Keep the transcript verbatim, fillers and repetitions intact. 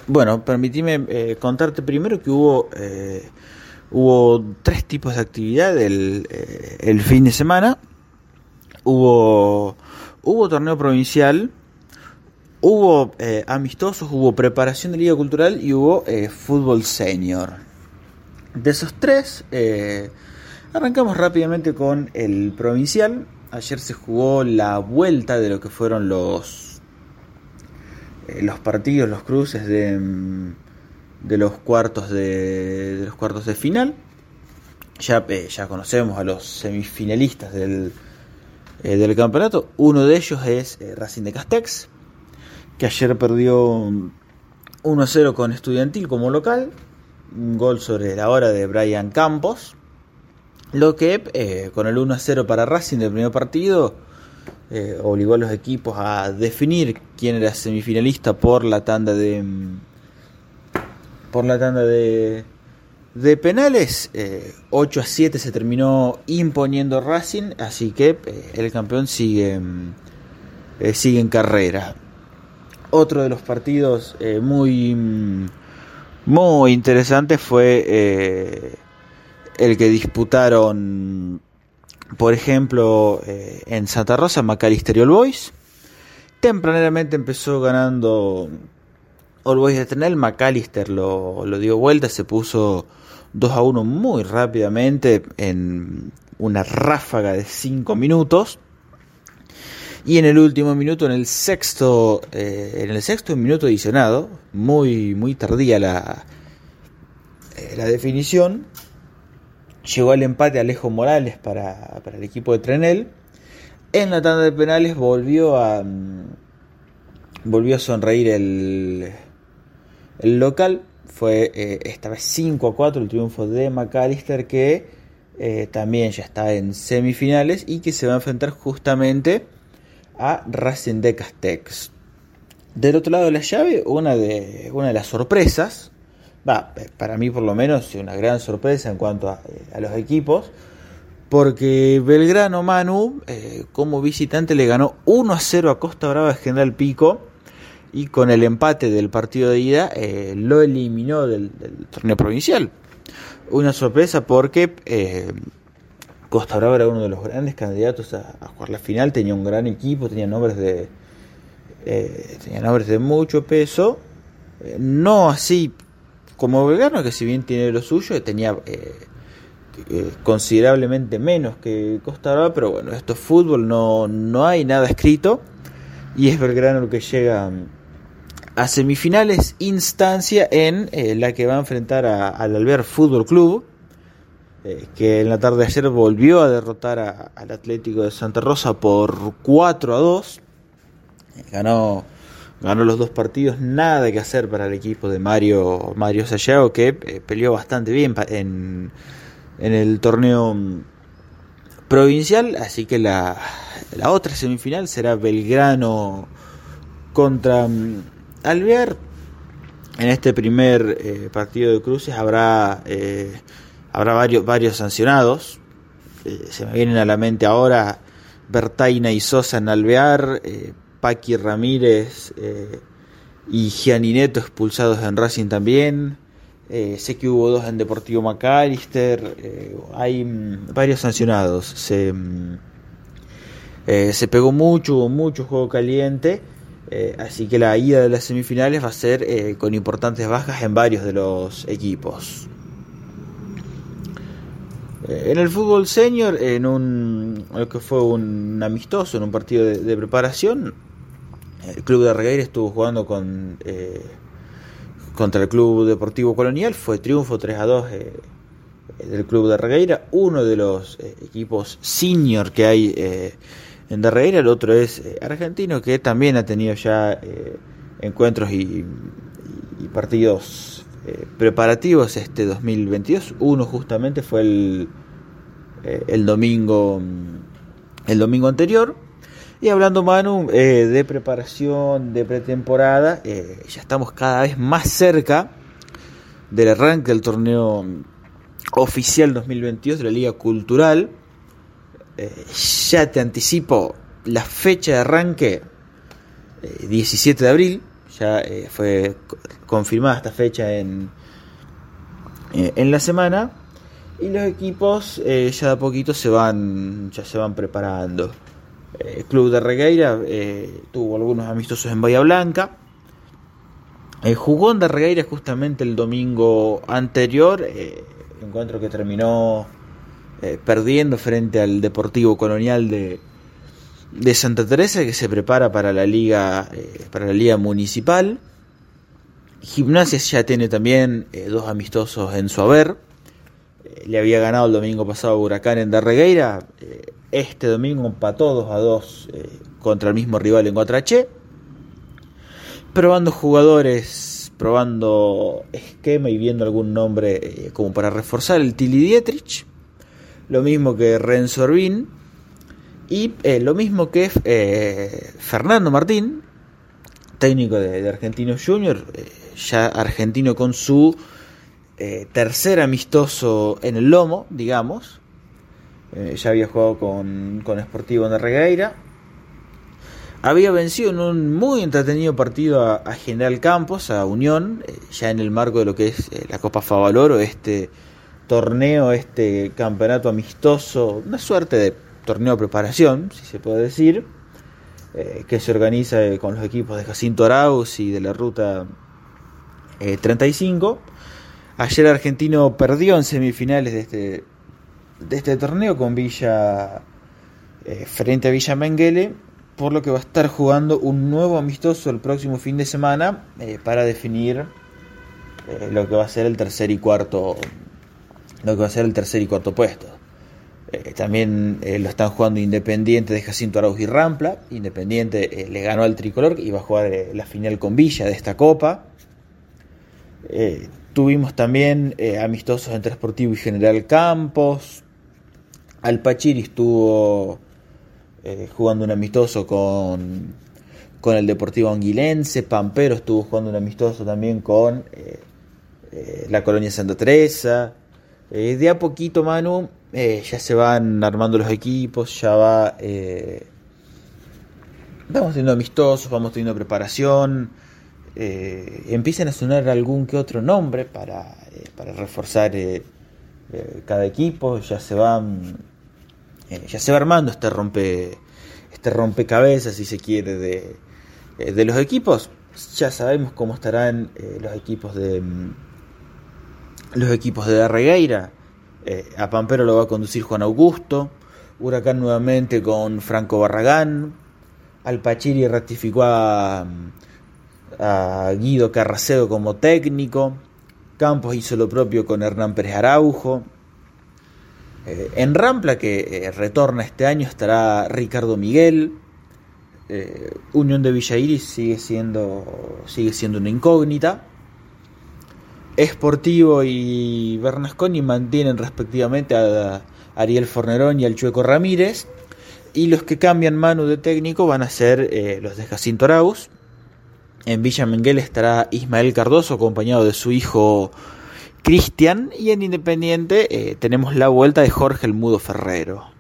Bueno, permitime eh, contarte primero que hubo eh, hubo tres tipos de actividad el, eh, el fin de semana. Hubo hubo torneo provincial, hubo eh, amistosos, hubo preparación de liga cultural y hubo eh, fútbol senior. De esos tres, eh, arrancamos rápidamente con el provincial. Ayer se jugó la vuelta de lo que fueron los eh, los partidos, los cruces de, de los cuartos de, de los cuartos de final. Ya eh, ya conocemos a los semifinalistas del eh, del campeonato. Uno de ellos es eh, Racing de Castex, que ayer perdió uno a cero con Estudiantil como local. Un gol sobre la hora de Brian Campos. Lo que eh, con el uno a cero para Racing del primer partido eh, obligó a los equipos a definir quién era semifinalista por la tanda de por la tanda de, de penales. eh, ocho a siete se terminó imponiendo Racing, así que eh, el campeón sigue eh, sigue en carrera. Otro de los partidos eh, muy muy interesante fue eh, el que disputaron, por ejemplo, eh, en Santa Rosa, Macalister y All Boys. Tempranamente empezó ganando All Boys de Trenel. Macalister lo, lo dio vuelta, se puso dos a uno muy rápidamente en una ráfaga de cinco minutos. Y en el último minuto, en el sexto, eh, en el sexto minuto adicionado, muy, muy tardía la, eh, la definición, llegó al empate Alejo Morales para, para el equipo de Trenel. En la tanda de penales volvió a volvió a sonreír el, el local. Fue eh, esta vez cinco a cuatro el triunfo de Macalister, que eh, también ya está en semifinales y que se va a enfrentar justamente a Racing de Castex. Del otro lado de la llave, una de, una de las sorpresas, va, para mí por lo menos una gran sorpresa en cuanto a, a los equipos, porque Belgrano Manu eh, como visitante le ganó uno a cero a Costa Brava de General Pico, y con el empate del partido de ida eh, lo eliminó del, del torneo provincial. Una sorpresa porque eh, Costa Brava era uno de los grandes candidatos a, a jugar la final, tenía un gran equipo, tenía nombres de eh, tenía nombres de mucho peso, eh, no así como Belgrano, que si bien tiene lo suyo, tenía eh, eh, considerablemente menos que Costa Brava, pero bueno, esto es fútbol, no, no hay nada escrito, y es Belgrano el que llega a semifinales, instancia en eh, la que va a enfrentar a, al Alvear Fútbol Club, eh, que en la tarde de ayer volvió a derrotar a, al Atlético de Santa Rosa por cuatro a dos. Eh, ganó ganó los dos partidos, nada que hacer para el equipo de Mario Mario Sayago, que eh, peleó bastante bien en, en el torneo provincial. Así que la, la otra semifinal será Belgrano contra um, Alvear. En este primer eh, partido de cruces habrá eh, habrá varios varios sancionados. Eh, se me vienen a la mente ahora Bertaina y Sosa en Alvear, eh, Paqui Ramírez eh, y Gianineto expulsados en Racing también. Eh, sé que hubo dos en Deportivo Macalister. Eh, hay mm, varios sancionados. Se, mm, eh, se pegó mucho, hubo mucho juego caliente. Eh, así que la ida de las semifinales va a ser eh, con importantes bajas en varios de los equipos. Eh, en el fútbol senior, en un lo que fue un amistoso, en un partido de, de preparación, el club de Regueira estuvo jugando con eh, contra el Club Deportivo Colonial. Fue triunfo tres a dos eh, del club de Regueira, uno de los eh, equipos senior que hay eh, en de Regueira. El otro es eh, argentino, que también ha tenido ya eh, encuentros y, y partidos eh, preparativos este dos mil veintidós. Uno justamente fue el eh, el domingo el domingo anterior. Y hablando, Manu, eh, de preparación de pretemporada, eh, ya estamos cada vez más cerca del arranque del torneo oficial dos mil veintidós de la Liga Cultural. Eh, ya te anticipo la fecha de arranque, eh, diecisiete de abril. ya eh, fue confirmada esta fecha en, eh, en la semana, y los equipos eh, ya de a poquito se van, ya se van preparando. El eh, Club de Regueira eh, tuvo algunos amistosos en Bahía Blanca. Eh, jugó en Darregueira justamente el domingo anterior, eh, encuentro que terminó eh, perdiendo frente al Deportivo Colonial de, de Santa Teresa, que se prepara para la liga eh, para la liga municipal. Gimnasia ya tiene también eh, dos amistosos en su haber. Eh, le había ganado el domingo pasado a Huracán en Darregueira. Eh, este domingo empató dos a dos eh, contra el mismo rival en Guatraché. Probando jugadores, probando esquema y viendo algún nombre eh, como para reforzar el Tilly Dietrich, lo mismo que Renzo Urbín, y eh, lo mismo que eh, Fernando Martín, técnico de, de Argentinos Juniors, eh, ya argentino con su eh, tercer amistoso en el lomo, digamos. Eh, ya había jugado con, con Sportivo de Regueira. Había vencido en un muy entretenido partido a, a General Campos, a Unión, eh, ya en el marco de lo que es eh, la Copa Favaloro, este torneo, este campeonato amistoso, una suerte de torneo de preparación, si se puede decir, eh, que se organiza eh, con los equipos de Jacinto Arauz y de la Ruta eh, treinta y cinco. Ayer Argentino perdió en semifinales de este, de este torneo con Villa eh, frente a Villa Menguele, por lo que va a estar jugando un nuevo amistoso el próximo fin de semana eh, para definir eh, lo que va a ser el tercer y cuarto lo que va a ser el tercer y cuarto puesto. Eh, también eh, lo están jugando Independiente de Jacinto Arauz y Rampla. Independiente eh, le ganó al Tricolor y va a jugar eh, la final con Villa de esta Copa. Eh, tuvimos también eh, amistosos entre Sportivo y General Campos. Alpachiri estuvo Eh, jugando un amistoso con, con el Deportivo Anguilense. Pampero estuvo jugando un amistoso también con eh, eh, la Colonia Santa Teresa. Eh, de a poquito, Manu, eh, ya se van armando los equipos, ya va eh, vamos teniendo amistosos, vamos teniendo preparación, eh, empiezan a sonar algún que otro nombre para, eh, para reforzar eh, eh, cada equipo. Ya se van Eh, ya se va armando este rompe este rompecabezas, si se quiere, de, eh, de los equipos. Ya sabemos cómo estarán eh, los equipos de los equipos de Darregueira. Eh, a Pampero lo va a conducir Juan Augusto. Huracán nuevamente con Franco Barragán. Alpachiri ratificó a, a Guido Carracedo como técnico. Campos hizo lo propio con Hernán Pérez Araujo. Eh, en Rampla, que eh, retorna este año, estará Ricardo Miguel. Eh, Unión de Villa Iris sigue siendo, sigue siendo una incógnita. Sportivo y Bernasconi mantienen respectivamente a, a Ariel Fornerón y al Chueco Ramírez. Y los que cambian mano de técnico van a ser eh, los de Jacinto Arauz. En Villa Menguele estará Ismael Cardoso, acompañado de su hijo Cristian, y en Independiente eh, tenemos la vuelta de Jorge el Mudo Ferrero.